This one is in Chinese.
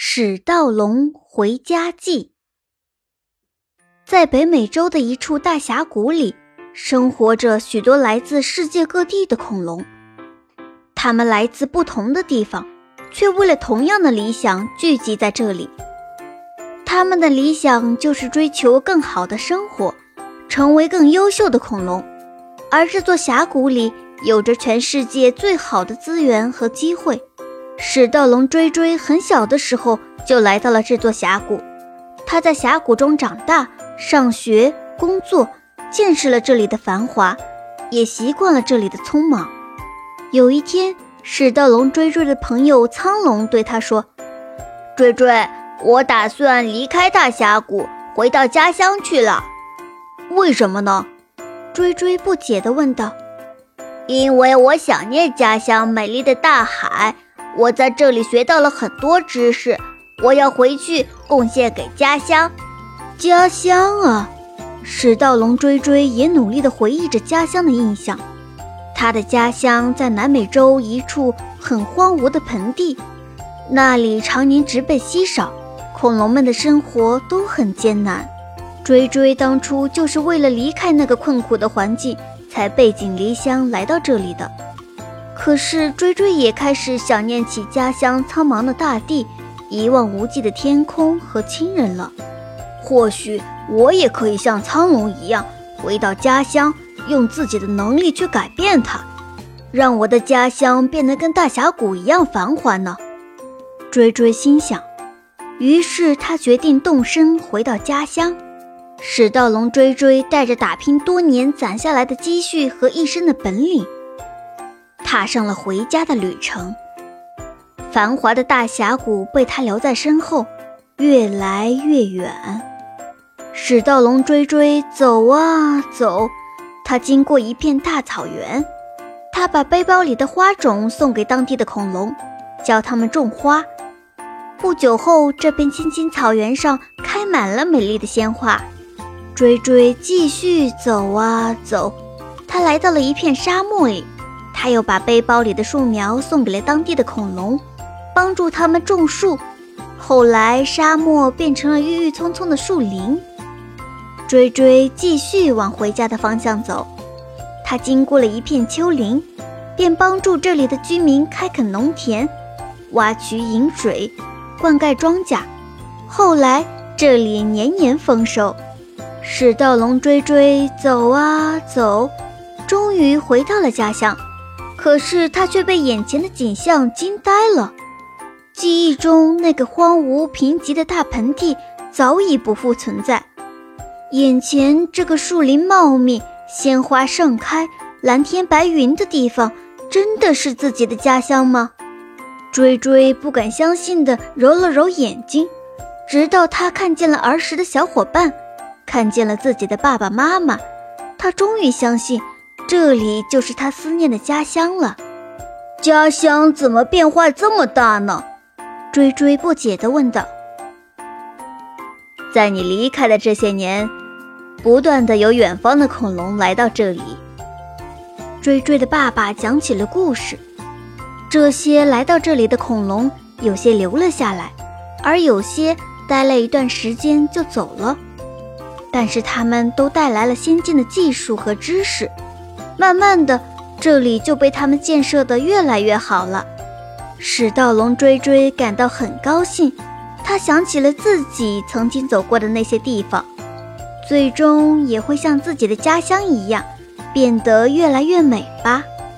史盗龙回家记。在北美洲的一处大峡谷里，生活着许多来自世界各地的恐龙。它们来自不同的地方，却为了同样的理想聚集在这里。他们的理想就是追求更好的生活，成为更优秀的恐龙。而这座峡谷里有着全世界最好的资源和机会。史盗龙追追很小的时候就来到了这座峡谷，他在峡谷中长大，上学、工作，见识了这里的繁华，也习惯了这里的匆忙。有一天，史盗龙追追的朋友苍龙对他说：追追，我打算离开大峡谷，回到家乡去了。为什么呢？追追不解地问道。因为我想念家乡美丽的大海，我在这里学到了很多知识，我要回去贡献给家乡。家乡啊！史盗龙追追也努力地回忆着家乡的印象。他的家乡在南美洲一处很荒芜的盆地，那里常年植被稀少，恐龙们的生活都很艰难。追追当初就是为了离开那个困苦的环境，才背井离乡来到这里的。可是追追也开始想念起家乡苍茫的大地，一望无际的天空和亲人了。或许我也可以像苍龙一样，回到家乡，用自己的能力去改变它，让我的家乡变得跟大峡谷一样繁华呢。追追心想，于是他决定动身回到家乡。史盗龙追追带着打拼多年攒下来的积蓄和一身的本领，踏上了回家的旅程。繁华的大峡谷被他留在身后，越来越远。史盗龙追追走啊走，他经过一片大草原，他把背包里的花种送给当地的恐龙，教他们种花。不久后，这片青青草原上开满了美丽的鲜花。追追继续走啊走，他来到了一片沙漠里，他又把背包里的树苗送给了当地的恐龙，帮助他们种树。后来沙漠变成了郁郁葱葱的树林。追追继续往回家的方向走，他经过了一片丘陵，便帮助这里的居民开垦农田，挖渠引水，灌溉庄稼。后来这里年年丰收。史盗龙追追走啊走，终于回到了家乡。可是他却被眼前的景象惊呆了。记忆中那个荒芜贫瘠的大盆地早已不复存在，眼前这个树林茂密，鲜花盛开，蓝天白云的地方，真的是自己的家乡吗？追追不敢相信地揉了揉眼睛，直到他看见了儿时的小伙伴，看见了自己的爸爸妈妈，他终于相信这里就是他思念的家乡了。家乡怎么变化这么大呢？追追不解地问道。在你离开的这些年，不断的有远方的恐龙来到这里。追追的爸爸讲起了故事。这些来到这里的恐龙，有些留了下来，而有些待了一段时间就走了。但是他们都带来了先进的技术和知识，慢慢的，这里就被他们建设得越来越好了。史盗龙追追感到很高兴，他想起了自己曾经走过的那些地方，最终也会像自己的家乡一样，变得越来越美吧。